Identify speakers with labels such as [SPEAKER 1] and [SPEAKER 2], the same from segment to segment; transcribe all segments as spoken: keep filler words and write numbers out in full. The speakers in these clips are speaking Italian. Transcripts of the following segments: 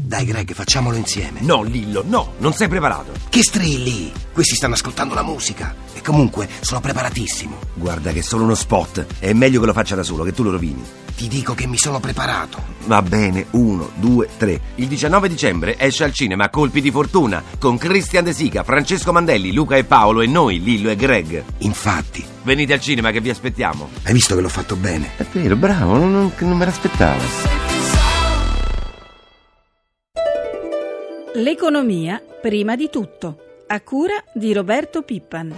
[SPEAKER 1] Dai Greg, facciamolo insieme.
[SPEAKER 2] No, Lillo, no, non sei preparato.
[SPEAKER 1] Che strilli? Questi stanno ascoltando la musica. E comunque sono preparatissimo.
[SPEAKER 2] Guarda che è solo uno spot. È meglio che lo faccia da solo, che tu lo rovini.
[SPEAKER 1] Ti dico che mi sono preparato.
[SPEAKER 2] Va bene, uno, due, tre. Il diciannove dicembre esce al cinema Colpi di fortuna con Christian De Sica, Francesco Mandelli, Luca e Paolo e noi, Lillo e Greg.
[SPEAKER 1] Infatti.
[SPEAKER 2] Venite al cinema che vi aspettiamo.
[SPEAKER 1] Hai visto che l'ho fatto bene?
[SPEAKER 2] È vero, bravo, non, non, non me l'aspettavo.
[SPEAKER 3] L'economia prima di tutto, a cura di Roberto Pippan.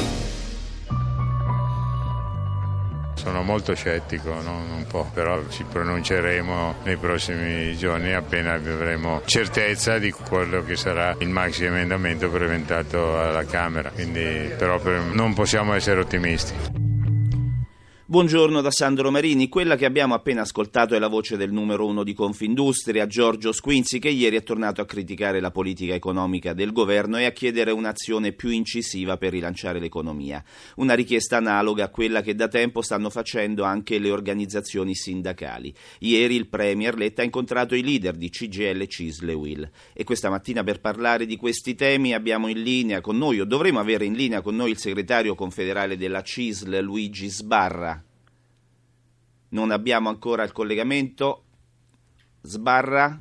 [SPEAKER 4] Sono molto scettico, no? Un po', però ci pronunceremo nei prossimi giorni appena avremo certezza di quello che sarà il maxi emendamento presentato alla Camera, quindi però per, non possiamo essere ottimisti.
[SPEAKER 5] Buongiorno da Sandro Marini. Quella che abbiamo appena ascoltato è la voce del numero uno di Confindustria, Giorgio Squinzi, che ieri è tornato a criticare la politica economica del governo e a chiedere un'azione più incisiva per rilanciare l'economia. Una richiesta analoga a quella che da tempo stanno facendo anche le organizzazioni sindacali. Ieri il Premier Letta ha incontrato i leader di C G I L, C I S L e U I L. E questa mattina per parlare di questi temi abbiamo in linea con noi, o dovremo avere in linea con noi, il segretario confederale della C I S L, Luigi Sbarra. Non abbiamo ancora il collegamento. Sbarra?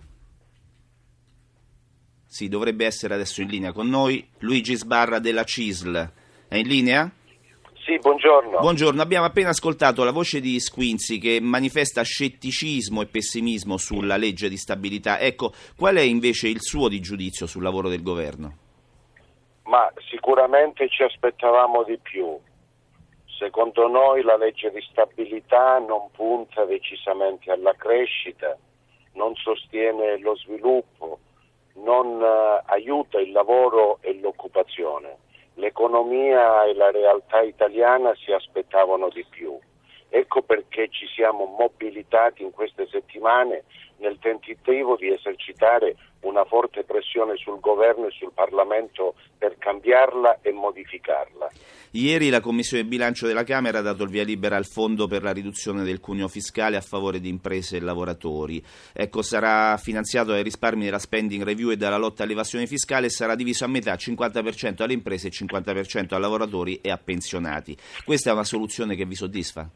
[SPEAKER 5] Sì, dovrebbe essere adesso in linea con noi. Luigi Sbarra della C I S L. È in linea?
[SPEAKER 6] Sì, buongiorno.
[SPEAKER 5] Buongiorno, abbiamo appena ascoltato la voce di Squinzi che manifesta scetticismo e pessimismo sulla legge di stabilità. Ecco, qual è invece il suo di giudizio sul lavoro del governo?
[SPEAKER 6] Ma sicuramente ci aspettavamo di più. Secondo noi la legge di stabilità non punta decisamente alla crescita, non sostiene lo sviluppo, non uh, aiuta il lavoro e l'occupazione. L'economia e la realtà italiana si aspettavano di più. Ecco perché ci siamo mobilitati in queste settimane nel tentativo di esercitare una forte pressione sul governo e sul Parlamento per cambiarla e modificarla.
[SPEAKER 5] Ieri la Commissione Bilancio della Camera ha dato il via libera al fondo per la riduzione del cuneo fiscale a favore di imprese e lavoratori. Ecco, sarà finanziato dai risparmi della spending review e dalla lotta all'evasione fiscale e sarà diviso a metà, cinquanta per cento alle imprese e cinquanta per cento a lavoratori e a pensionati. Questa è una soluzione che vi soddisfa?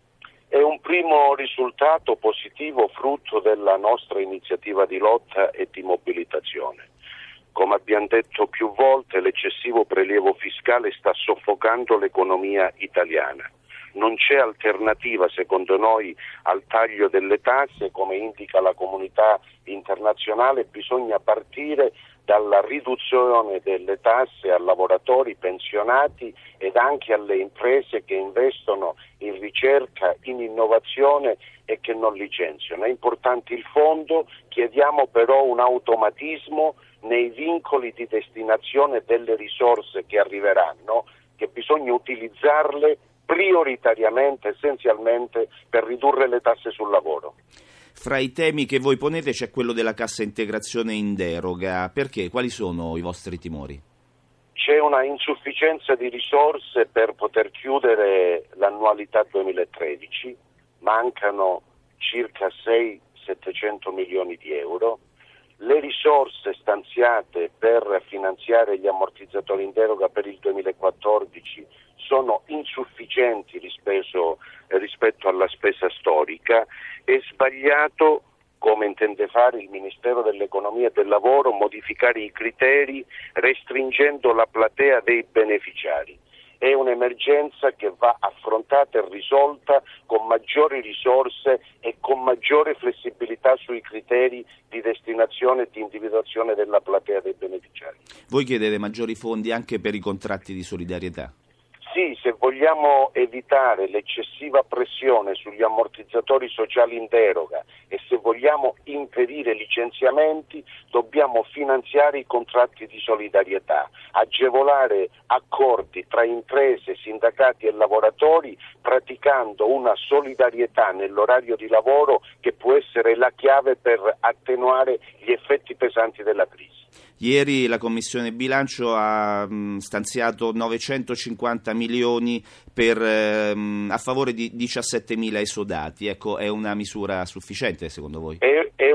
[SPEAKER 6] È un primo risultato positivo frutto della nostra iniziativa di lotta e di mobilitazione. Come abbiamo detto più volte, l'eccessivo prelievo fiscale sta soffocando l'economia italiana. Non c'è alternativa, secondo noi, al taglio delle tasse, come indica la comunità internazionale. Bisogna partire dalla riduzione delle tasse a lavoratori, pensionati ed anche alle imprese che investono in ricerca, in innovazione e che non licenziano. È importante il fondo, chiediamo però un automatismo nei vincoli di destinazione delle risorse che arriveranno, che bisogna utilizzarle prioritariamente, essenzialmente per ridurre le tasse sul lavoro.
[SPEAKER 5] Fra i temi che voi ponete c'è quello della cassa integrazione in deroga. Perché? Quali sono i vostri timori?
[SPEAKER 6] C'è una insufficienza di risorse per poter chiudere l'annualità duemilatredici, mancano circa sei settecento milioni di euro. Le risorse stanziate per finanziare gli ammortizzatori in deroga per il duemilaquattordici sono insufficienti rispetto, rispetto alla spesa storica. È sbagliato, come intende fare il Ministero dell'Economia e del Lavoro, modificare i criteri restringendo la platea dei beneficiari. È un'emergenza che va affrontata e risolta con maggiori risorse e con maggiore flessibilità sui criteri di destinazione e di individuazione della platea dei beneficiari.
[SPEAKER 5] Voi chiedete maggiori fondi anche per i contratti di solidarietà?
[SPEAKER 6] Sì, se vogliamo evitare l'eccessiva pressione sugli ammortizzatori sociali in deroga e se vogliamo impedire licenziamenti, dobbiamo finanziare i contratti di solidarietà, agevolare accordi tra imprese, sindacati e lavoratori, praticando una solidarietà nell'orario di lavoro che può essere la chiave per attenuare gli effetti pesanti della crisi.
[SPEAKER 5] Ieri la Commissione Bilancio ha mh, stanziato novecentocinquanta milioni per, ehm, a favore di diciassettemila esodati. Ecco, è una misura sufficiente secondo voi?
[SPEAKER 6] È, è un ulteriore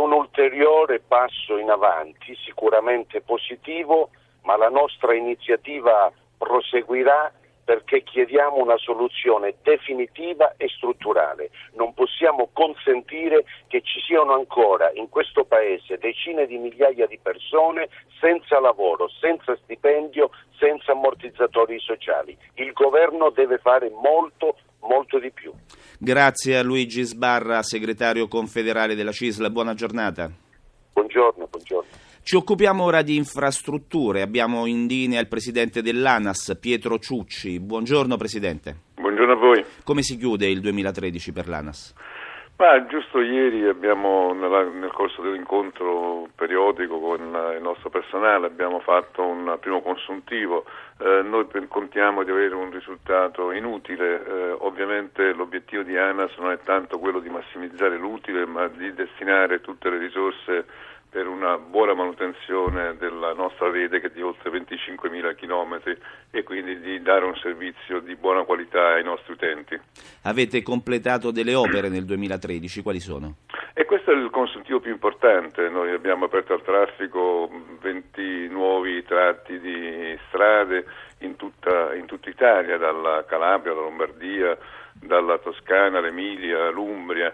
[SPEAKER 6] ulteriore passo in avanti, sicuramente positivo, ma la nostra iniziativa proseguirà perché chiediamo una soluzione definitiva e strutturale. Non possiamo consentire che ci siano ancora in questo Paese decine di migliaia di persone senza lavoro, senza stipendio, senza ammortizzatori sociali. Il governo deve fare molto, molto di più.
[SPEAKER 5] Grazie a Luigi Sbarra, segretario confederale della C I S L. Buona giornata.
[SPEAKER 6] Buongiorno, buongiorno.
[SPEAKER 5] Ci occupiamo ora di infrastrutture. Abbiamo in linea il presidente dell'ANAS, Pietro Ciucci. Buongiorno Presidente.
[SPEAKER 7] Buongiorno a voi.
[SPEAKER 5] Come si chiude il duemilatredici per l'ANAS?
[SPEAKER 7] Ma giusto ieri abbiamo, nella, nel corso dell'incontro periodico con il nostro personale, abbiamo fatto un primo consuntivo. Eh, noi contiamo di avere un risultato inutile. Eh, ovviamente l'obiettivo di ANAS non è tanto quello di massimizzare l'utile, ma di destinare tutte le risorse per una buona manutenzione della nostra rete, che è di oltre venticinquemila chilometri, e quindi di dare un servizio di buona qualità ai nostri utenti.
[SPEAKER 5] Avete completato delle opere nel duemilatredici, quali sono?
[SPEAKER 7] E questo è il consuntivo più importante. Noi abbiamo aperto al traffico venti nuovi tratti di strade in tutta, in tutta Italia, dalla Calabria, alla Lombardia, dalla Toscana, l'Emilia, l'Umbria,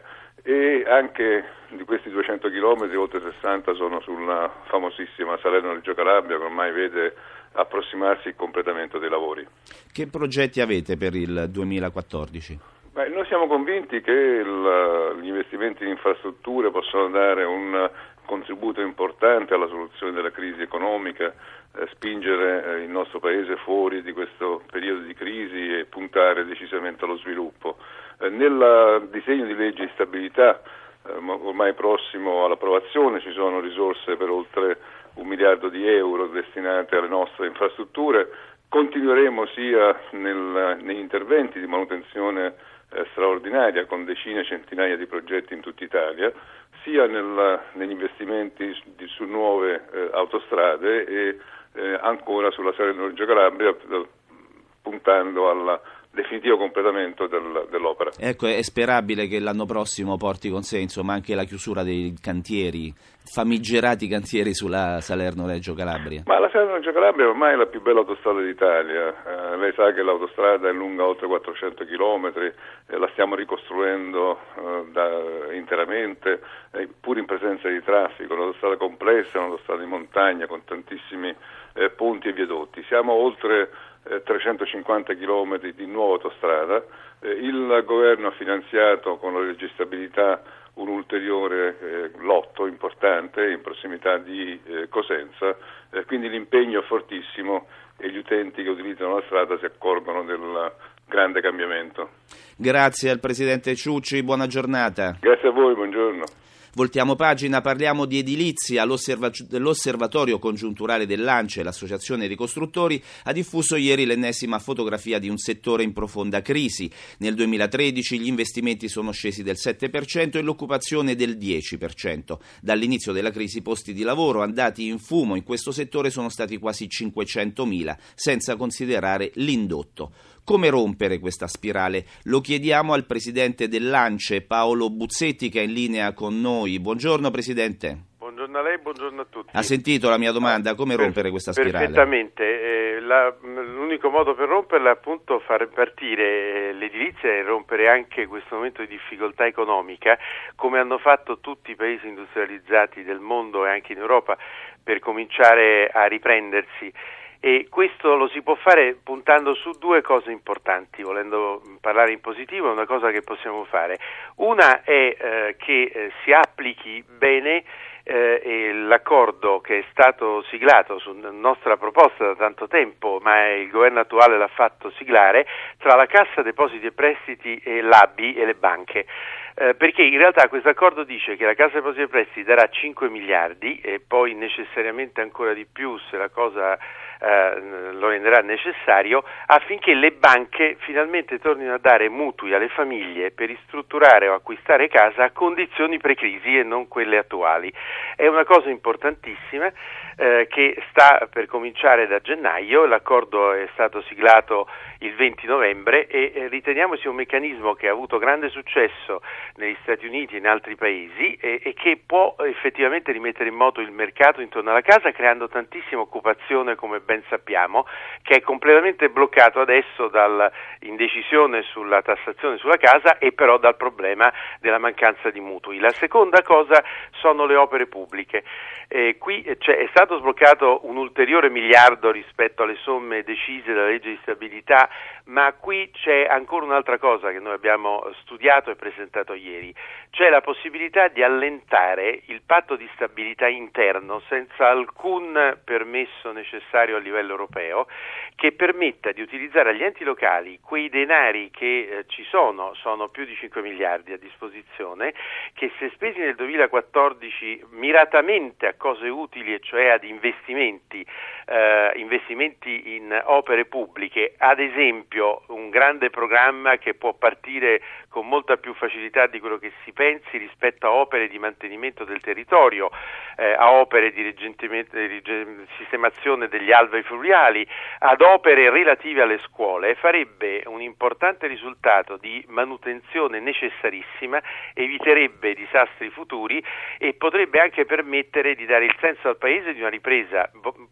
[SPEAKER 7] e anche di questi duecento chilometri oltre sessanta sono sulla famosissima Salerno-Reggio Calabria, che ormai vede approssimarsi il completamento dei lavori.
[SPEAKER 5] Che progetti avete per il duemilaquattordici?
[SPEAKER 7] Beh, noi siamo convinti che il, gli investimenti in infrastrutture possono dare un contributo importante alla soluzione della crisi economica, eh, spingere eh, il nostro Paese fuori di questo periodo di crisi e puntare decisamente allo sviluppo. Eh, nel disegno di legge di stabilità, eh, ormai prossimo all'approvazione, ci sono risorse per oltre un miliardo di euro destinate alle nostre infrastrutture. Continueremo sia nel, negli interventi di manutenzione eh, straordinaria, con decine e centinaia di progetti in tutta Italia, sia nel, negli investimenti su, di, su nuove eh, autostrade e eh, ancora sulla Salerno-Reggio Calabria, eh, puntando al definitivo completamento del, dell'opera.
[SPEAKER 5] Ecco, è sperabile che l'anno prossimo porti con sé, insomma, anche la chiusura dei cantieri, famigerati cantieri sulla Salerno-Reggio Calabria.
[SPEAKER 7] Ma la Salerno-Reggio Calabria ormai è la più bella autostrada d'Italia. Eh, lei sa che l'autostrada è lunga oltre quattrocento chilometri, eh, la stiamo ricostruendo eh, da, interamente, eh, pur in presenza di traffico. Un'autostrada complessa, un'autostrada di montagna con tantissimi eh, ponti e viadotti. Siamo oltre eh, trecentocinquanta chilometri di nuova autostrada. Eh, il governo ha finanziato con la legge di stabilità un ulteriore eh, lotto importante in prossimità di eh, Cosenza, eh, quindi l'impegno è fortissimo e gli utenti che utilizzano la strada si accorgono del grande cambiamento.
[SPEAKER 5] Grazie al Presidente Ciucci, buona giornata.
[SPEAKER 7] Grazie a voi, buongiorno.
[SPEAKER 5] Voltiamo pagina, parliamo di edilizia. L'osserva- l'Osservatorio Congiunturale dell'Ance, l'associazione dei costruttori, ha diffuso ieri l'ennesima fotografia di un settore in profonda crisi. Nel duemilatredici gli investimenti sono scesi del sette per cento e l'occupazione del dieci per cento. Dall'inizio della crisi i posti di lavoro andati in fumo in questo settore sono stati quasi cinquecentomila, senza considerare l'indotto. Come rompere questa spirale? Lo chiediamo al presidente dell'Ance, Paolo Buzzetti, che è in linea con noi. Buongiorno Presidente.
[SPEAKER 8] Buongiorno a lei, buongiorno a tutti.
[SPEAKER 5] Ha sentito la mia domanda? Come
[SPEAKER 8] per,
[SPEAKER 5] rompere questa spirale?
[SPEAKER 8] Perfettamente. Eh, la, l'unico modo per romperla è appunto far partire eh, l'edilizia e rompere anche questo momento di difficoltà economica, come hanno fatto tutti i paesi industrializzati del mondo e anche in Europa, per cominciare a riprendersi. E questo lo si può fare puntando su due cose importanti, volendo parlare in positivo. È una cosa che possiamo fare. Una è eh, che eh, si applichi bene eh, l'accordo che è stato siglato su nostra proposta da tanto tempo, ma il governo attuale l'ha fatto siglare, tra la Cassa Depositi e Prestiti e l'A B I e le banche. Eh, perché in realtà questo accordo dice che la Cassa Depositi e Prestiti darà cinque miliardi e poi necessariamente ancora di più se la cosa eh, lo renderà necessario, affinché le banche finalmente tornino a dare mutui alle famiglie per ristrutturare o acquistare casa a condizioni pre-crisi e non quelle attuali. È una cosa importantissima eh, che sta per cominciare da gennaio. L'accordo è stato siglato il venti novembre e eh, riteniamo sia un meccanismo che ha avuto grande successo negli Stati Uniti e in altri paesi e, e che può effettivamente rimettere in moto il mercato intorno alla casa, creando tantissima occupazione, come ben sappiamo, che è completamente bloccato adesso dall'indecisione sulla tassazione sulla casa e però dal problema della mancanza di mutui. La seconda cosa sono le opere pubbliche. Eh, qui cioè, è stato sbloccato un ulteriore miliardo rispetto alle somme decise dalla legge di stabilità, ma qui c'è ancora un'altra cosa che noi abbiamo studiato e presentato ieri. C'è la possibilità di allentare il patto di stabilità interno senza alcun permesso necessario a livello europeo, che permetta di utilizzare agli enti locali quei denari che eh, ci sono, sono più di cinque miliardi a disposizione, che se spesi nel duemilaquattordici miratamente a cose utili, e cioè ad investimenti, eh, investimenti in opere pubbliche, ad esempio un grande programma che può partire con molta più facilità di quello che si pensi rispetto a opere di mantenimento del territorio, eh, a opere di sistemazione degli alvei fluviali, ad opere relative alle scuole, farebbe un importante risultato di manutenzione necessarissima, eviterebbe disastri futuri e potrebbe anche permettere di dare il senso al Paese di una ripresa.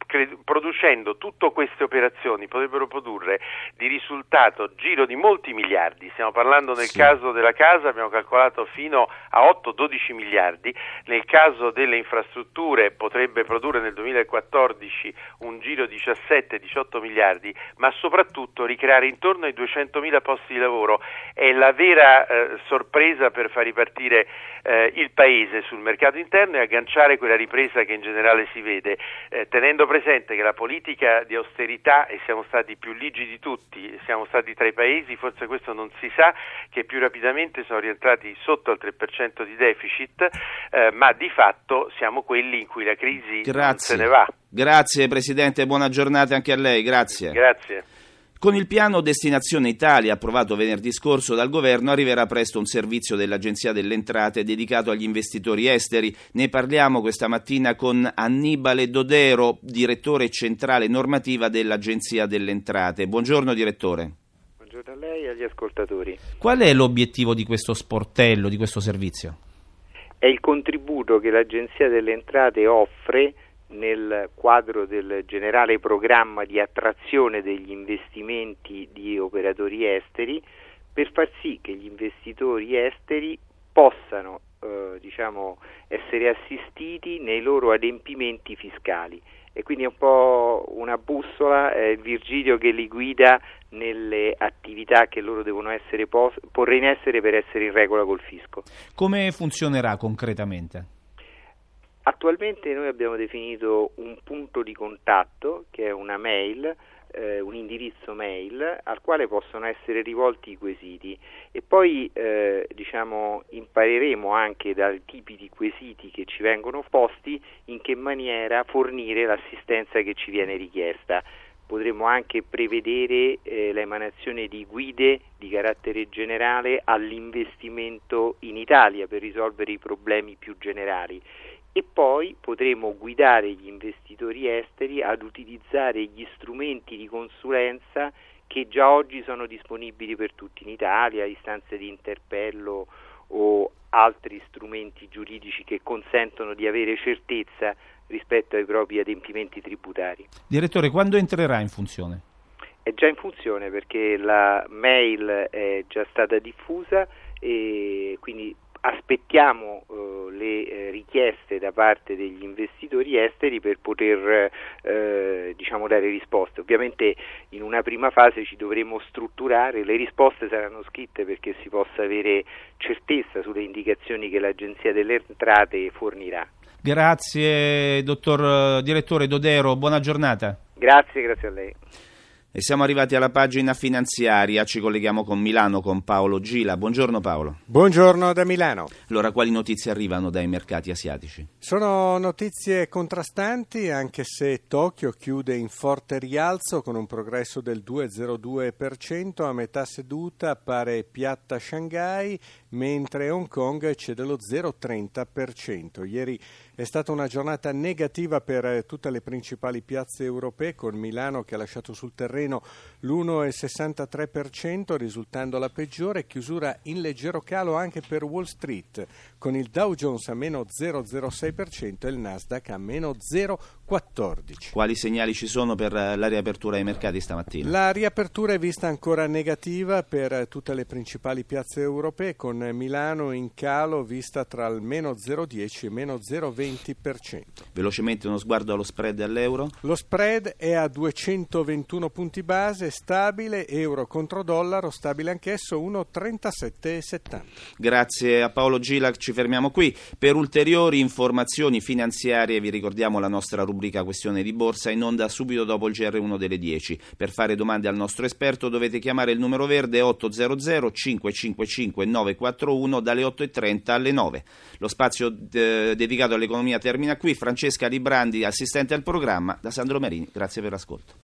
[SPEAKER 8] Producendo tutte queste operazioni potrebbero produrre di risultato giro di molti miliardi, stiamo parlando nel sì. caso della casa abbiamo calcolato fino a otto dodici miliardi, nel caso delle infrastrutture potrebbe produrre nel duemilaquattordici un giro di diciassette diciotto miliardi, ma soprattutto ricreare intorno ai duecentomila posti di lavoro. È la vera eh, sorpresa per far ripartire eh, il Paese sul mercato interno e agganciare quella ripresa che in generale si vede, eh, tenendo presente che la politica di austerità, e siamo stati più ligi di tutti, siamo stati tra i paesi, forse questo non si sa, che più rapidamente sono rientrati sotto al tre per cento di deficit, eh, ma di fatto siamo quelli in cui la crisi Grazie. non se ne va.
[SPEAKER 5] Grazie Presidente, buona giornata anche a lei, grazie.
[SPEAKER 8] Grazie.
[SPEAKER 5] Con il piano Destinazione Italia approvato venerdì scorso dal governo arriverà presto un servizio dell'Agenzia delle Entrate dedicato agli investitori esteri. Ne parliamo questa mattina con Annibale Dodero, direttore centrale normativa dell'Agenzia delle Entrate. Buongiorno direttore.
[SPEAKER 9] Buongiorno a lei e agli ascoltatori.
[SPEAKER 10] Qual è l'obiettivo di questo sportello, di questo servizio?
[SPEAKER 9] È il contributo che l'Agenzia delle Entrate offre nel quadro del generale programma di attrazione degli investimenti di operatori esteri, per far sì che gli investitori esteri possano eh, diciamo, essere assistiti nei loro adempimenti fiscali. E quindi è un po' una bussola, è Virgilio che li guida nelle attività che loro devono essere pos- porre in essere per essere in regola col fisco.
[SPEAKER 10] Come funzionerà concretamente?
[SPEAKER 9] Attualmente noi abbiamo definito un punto di contatto che è una mail, eh, un indirizzo mail al quale possono essere rivolti i quesiti e poi eh, diciamo impareremo anche dai tipi di quesiti che ci vengono posti in che maniera fornire l'assistenza che ci viene richiesta. Potremmo anche prevedere eh, l'emanazione di guide di carattere generale all'investimento in Italia per risolvere i problemi più generali. E poi potremo guidare gli investitori esteri ad utilizzare gli strumenti di consulenza che già oggi sono disponibili per tutti in Italia, istanze di interpello o altri strumenti giuridici che consentono di avere certezza rispetto ai propri adempimenti tributari.
[SPEAKER 10] Direttore, quando entrerà in funzione?
[SPEAKER 9] È già in funzione perché la mail è già stata diffusa e quindi aspettiamo uh, le eh, richieste da parte degli investitori esteri per poter eh, diciamo dare risposte. Ovviamente in una prima fase ci dovremo strutturare, le risposte saranno scritte perché si possa avere certezza sulle indicazioni che l'Agenzia delle Entrate fornirà.
[SPEAKER 10] Grazie dottor direttore Dodero, buona giornata.
[SPEAKER 9] Grazie, grazie a lei.
[SPEAKER 5] E siamo arrivati alla pagina finanziaria, ci colleghiamo con Milano con Paolo Gila. Buongiorno Paolo.
[SPEAKER 11] Buongiorno da Milano.
[SPEAKER 5] Allora, quali notizie arrivano dai mercati asiatici?
[SPEAKER 11] Sono notizie contrastanti, anche se Tokyo chiude in forte rialzo con un progresso del due virgola zero due per cento, a metà seduta appare piatta Shanghai, mentre Hong Kong cede lo zero virgola trenta per cento. Ieri È stata una giornata negativa per tutte le principali piazze europee, con Milano che ha lasciato sul terreno l'uno virgola sessantatré per cento, risultando la peggiore. Chiusura in leggero calo anche per Wall Street, con il Dow Jones a meno zero virgola zero sei per cento e il Nasdaq a meno zero virgola quattordici.
[SPEAKER 5] Quali segnali ci sono per la riapertura dei mercati stamattina?
[SPEAKER 11] La riapertura è vista ancora negativa per tutte le principali piazze europee, con Milano in calo vista tra il meno zero virgola dieci e meno zero virgola venti per cento.
[SPEAKER 5] Velocemente uno sguardo allo spread all'euro.
[SPEAKER 11] Lo spread è a duecentoventuno punti base, stabile, euro contro dollaro, stabile anch'esso uno virgola trentasette settanta.
[SPEAKER 5] Grazie a Paolo Gilac, ci fermiamo qui. Per ulteriori informazioni finanziarie vi ricordiamo la nostra rubrica Questione di Borsa, in onda subito dopo il G R uno delle dieci. Per fare domande al nostro esperto dovete chiamare il numero verde otto zero zero cinque cinque cinque nove quattro uno dalle otto e trenta alle nove. Lo spazio eh, dedicato all'economia termina qui. Francesca Librandi, assistente al programma, da Sandro Marini. Grazie per l'ascolto.